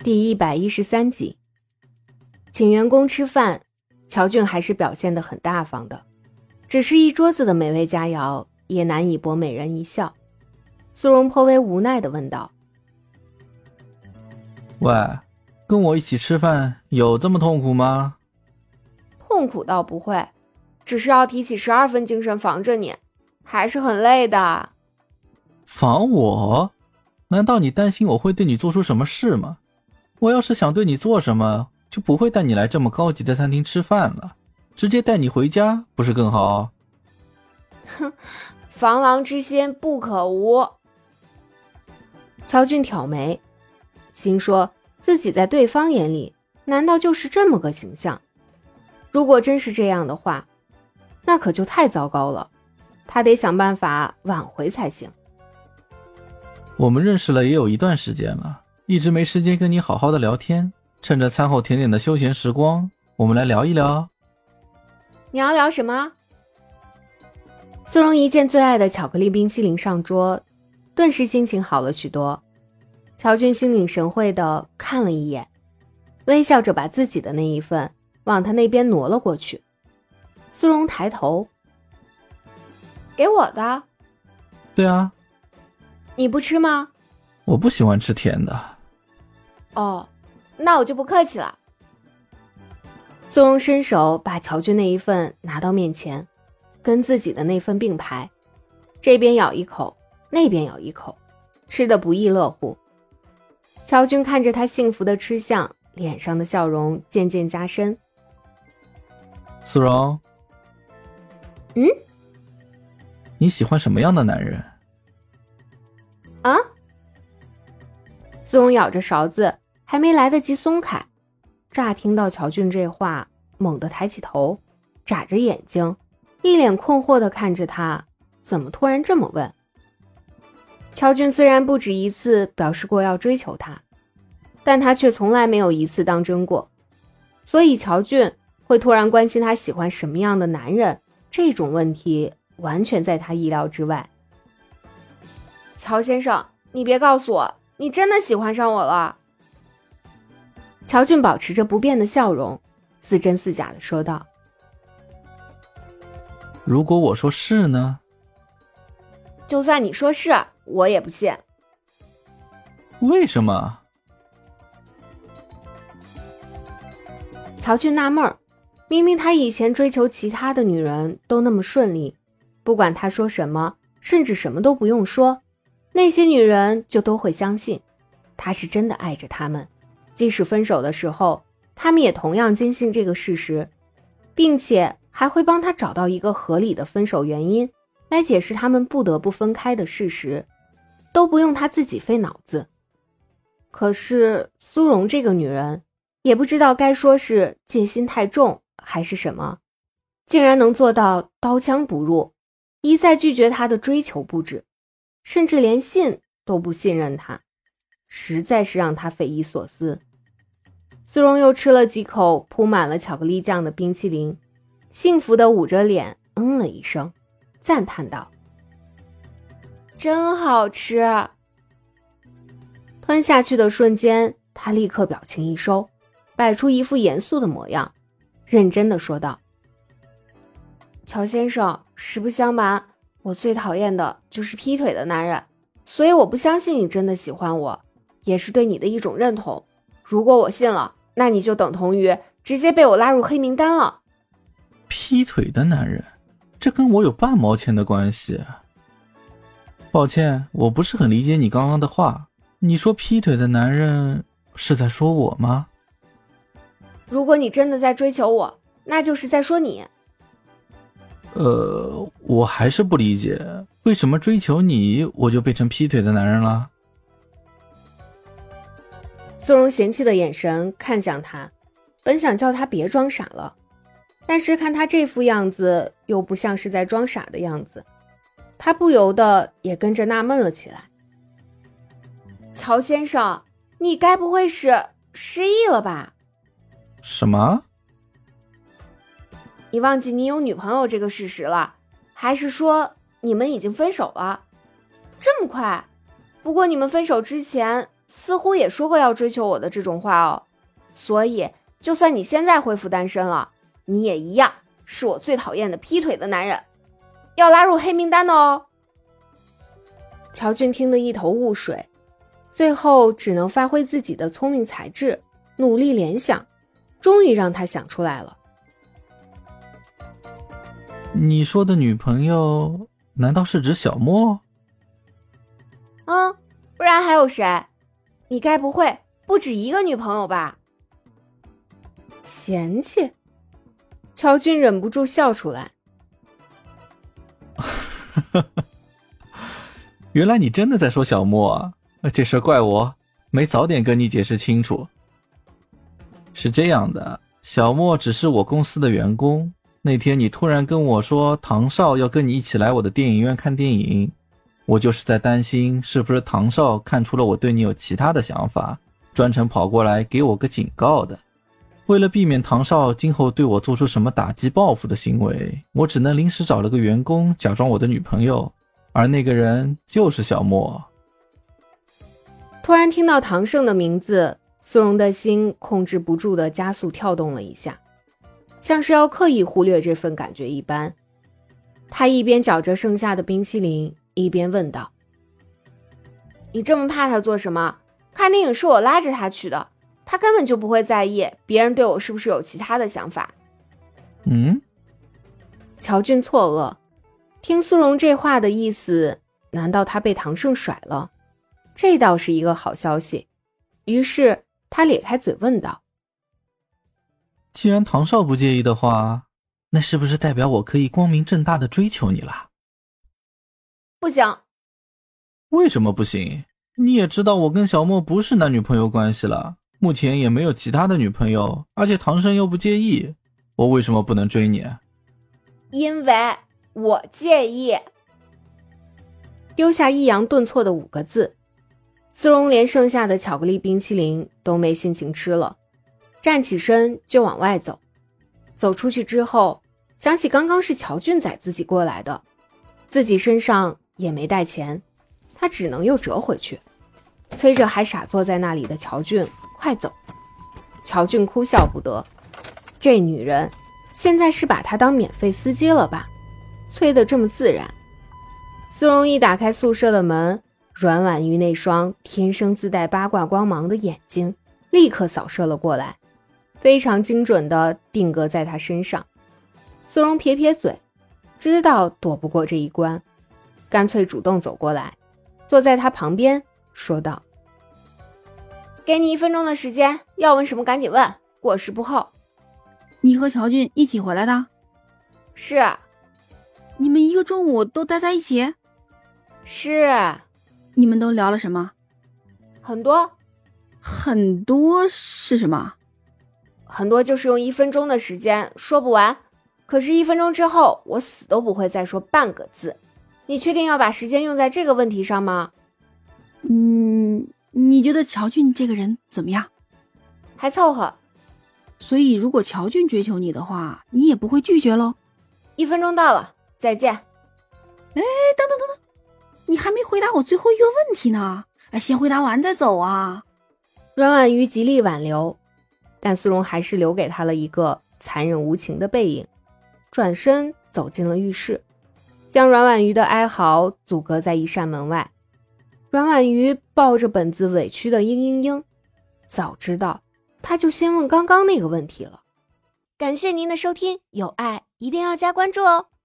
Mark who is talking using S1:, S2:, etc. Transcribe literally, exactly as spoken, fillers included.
S1: 第一百一十三集，请员工吃饭，乔俊还是表现得很大方的，只是一桌子的美味佳肴也难以博美人一笑。苏荣颇为无奈地问道：
S2: 喂，跟我一起吃饭有这么痛苦吗？
S1: 痛苦倒不会，只是要提起十二分精神防着你，还是很累的。
S2: 防我？难道你担心我会对你做出什么事吗？我要是想对你做什么，就不会带你来这么高级的餐厅吃饭了，直接带你回家不是更好？
S1: 哼，防狼之心不可无。乔俊挑眉，心说自己在对方眼里难道就是这么个形象？如果真是这样的话，那可就太糟糕了，他得想办法挽回才行。
S2: 我们认识了也有一段时间了，一直没时间跟你好好的聊天，趁着餐后甜点的休闲时光，我们来聊一聊。
S1: 你要聊什么？苏荣一见最爱的巧克力冰淇淋上桌，顿时心情好了许多。乔俊心领神会地看了一眼，微笑着把自己的那一份往他那边挪了过去。苏荣抬头：给我的？
S2: 对啊。
S1: 你不吃吗？
S2: 我不喜欢吃甜的。
S1: 哦，那我就不客气了。苏荣伸手把乔俊那一份拿到面前，跟自己的那份并排，这边咬一口，那边咬一口，吃得不亦乐乎。乔俊看着他幸福的吃相，脸上的笑容渐渐加深。
S2: 苏荣，
S1: 嗯？
S2: 你喜欢什么样的男人？
S1: 啊？苏荣咬着勺子，还没来得及松开，乍听到乔俊这话，猛地抬起头，眨着眼睛，一脸困惑地看着他，怎么突然这么问？乔俊虽然不止一次表示过要追求他，但他却从来没有一次当真过，所以乔俊会突然关心他喜欢什么样的男人，这种问题完全在他意料之外。乔先生，你别告诉我，你真的喜欢上我了。乔俊保持着不变的笑容，似真似假地说道。
S2: 如果我说是呢？
S1: 就算你说是，我也不信。
S2: 为什么？
S1: 乔俊纳闷儿，明明他以前追求其他的女人都那么顺利，不管他说什么，甚至什么都不用说，那些女人就都会相信他是真的爱着她们，即使分手的时候，他们也同样坚信这个事实，并且还会帮他找到一个合理的分手原因，来解释他们不得不分开的事实，都不用他自己费脑子。可是苏荣这个女人，也不知道该说是戒心太重还是什么，竟然能做到刀枪不入，一再拒绝他的追求不止，甚至连信都不信任他，实在是让他匪夷所思。苏荣又吃了几口铺满了巧克力酱的冰淇淋，幸福地捂着脸嗯了一声，赞叹道：真好吃。吞下去的瞬间，他立刻表情一收，摆出一副严肃的模样，认真地说道：乔先生，实不相瞒，我最讨厌的就是劈腿的男人，所以我不相信你真的喜欢我，也是对你的一种认同。如果我信了，那你就等同于直接被我拉入黑名单了。
S2: 劈腿的男人，这跟我有半毛钱的关系？抱歉，我不是很理解你刚刚的话。你说劈腿的男人是在说我吗？
S1: 如果你真的在追求我，那就是在说你。
S2: 呃，我还是不理解，为什么追求你我就变成劈腿的男人了？
S1: 苏荣嫌弃的眼神看向他，本想叫他别装傻了，但是看他这副样子又不像是在装傻的样子，他不由得也跟着纳闷了起来。乔先生，你该不会是失忆了吧？
S2: 什么？
S1: 你忘记你有女朋友这个事实了，还是说你们已经分手了？这么快？不过你们分手之前似乎也说过要追求我的这种话哦。所以，就算你现在恢复单身了，你也一样是我最讨厌的劈腿的男人，要拉入黑名单的哦。乔俊听得一头雾水，最后只能发挥自己的聪明才智，努力联想，终于让他想出来了。
S2: 你说的女朋友难道是指小莫？
S1: 嗯，不然还有谁？你该不会不止一个女朋友吧？嫌弃？乔俊忍不住笑出来。
S2: 原来你真的在说小莫啊，这事怪我没早点跟你解释清楚。是这样的，小莫只是我公司的员工，那天你突然跟我说唐少要跟你一起来我的电影院看电影，我就是在担心是不是唐少看出了我对你有其他的想法，专程跑过来给我个警告的。为了避免唐少今后对我做出什么打击报复的行为，我只能临时找了个员工假装我的女朋友，而那个人就是小莫。
S1: 突然听到唐胜的名字，苏荣的心控制不住地加速跳动了一下，像是要刻意忽略这份感觉一般。他一边嚼着剩下的冰淇淋，一边问道：你这么怕他做什么？看电影是我拉着他去的，他根本就不会在意别人对我是不是有其他的想法。
S2: 嗯？
S1: 乔俊错愕，听苏荣这话的意思，难道他被唐胜甩了？这倒是一个好消息。于是他咧开嘴问道：
S2: 既然唐少不介意的话，那是不是代表我可以光明正大的追求你了？
S1: 不行。
S2: 为什么不行？你也知道我跟小莫不是男女朋友关系了，目前也没有其他的女朋友，而且唐生又不介意，我为什么不能追你？
S1: 因为我介意。丢下抑扬顿挫的五个字，苏荣连剩下的巧克力冰淇淋都没心情吃了，站起身就往外走。走出去之后，想起刚刚是乔俊载自己过来的，自己身上也没带钱，他只能又折回去，催着还傻坐在那里的乔俊快走。乔俊哭笑不得，这女人现在是把他当免费司机了吧，催得这么自然。苏荣一打开宿舍的门，阮婉瑜那双天生自带八卦光芒的眼睛立刻扫射了过来，非常精准地定格在他身上。苏荣撇撇嘴，知道躲不过这一关，干脆主动走过来，坐在他旁边说道：给你一分钟的时间，要问什么赶紧问，过时不候。
S3: 你和乔俊一起回来的？
S1: 是。
S3: 你们一个中午都待在一起？
S1: 是。
S3: 你们都聊了什么？
S1: 很多。
S3: 很多是什么？
S1: 很多就是用一分钟的时间说不完，可是一分钟之后我死都不会再说半个字。你确定要把时间用在这个问题上吗？
S3: 嗯，你觉得乔俊这个人怎么样？
S1: 还凑合。
S3: 所以如果乔俊追求你的话，你也不会拒绝咯？
S1: 一分钟到了，再见。
S3: 哎，等等等等，你还没回答我最后一个问题呢。哎，先回答完再走啊。
S1: 阮婉瑜极力挽留，但苏荣还是留给他了一个残忍无情的背影，转身走进了浴室，将阮婉瑜的哀嚎阻隔在一扇门外。阮婉瑜抱着本子委屈的嘤嘤嘤，早知道他就先问刚刚那个问题了。感谢您的收听，有爱一定要加关注哦。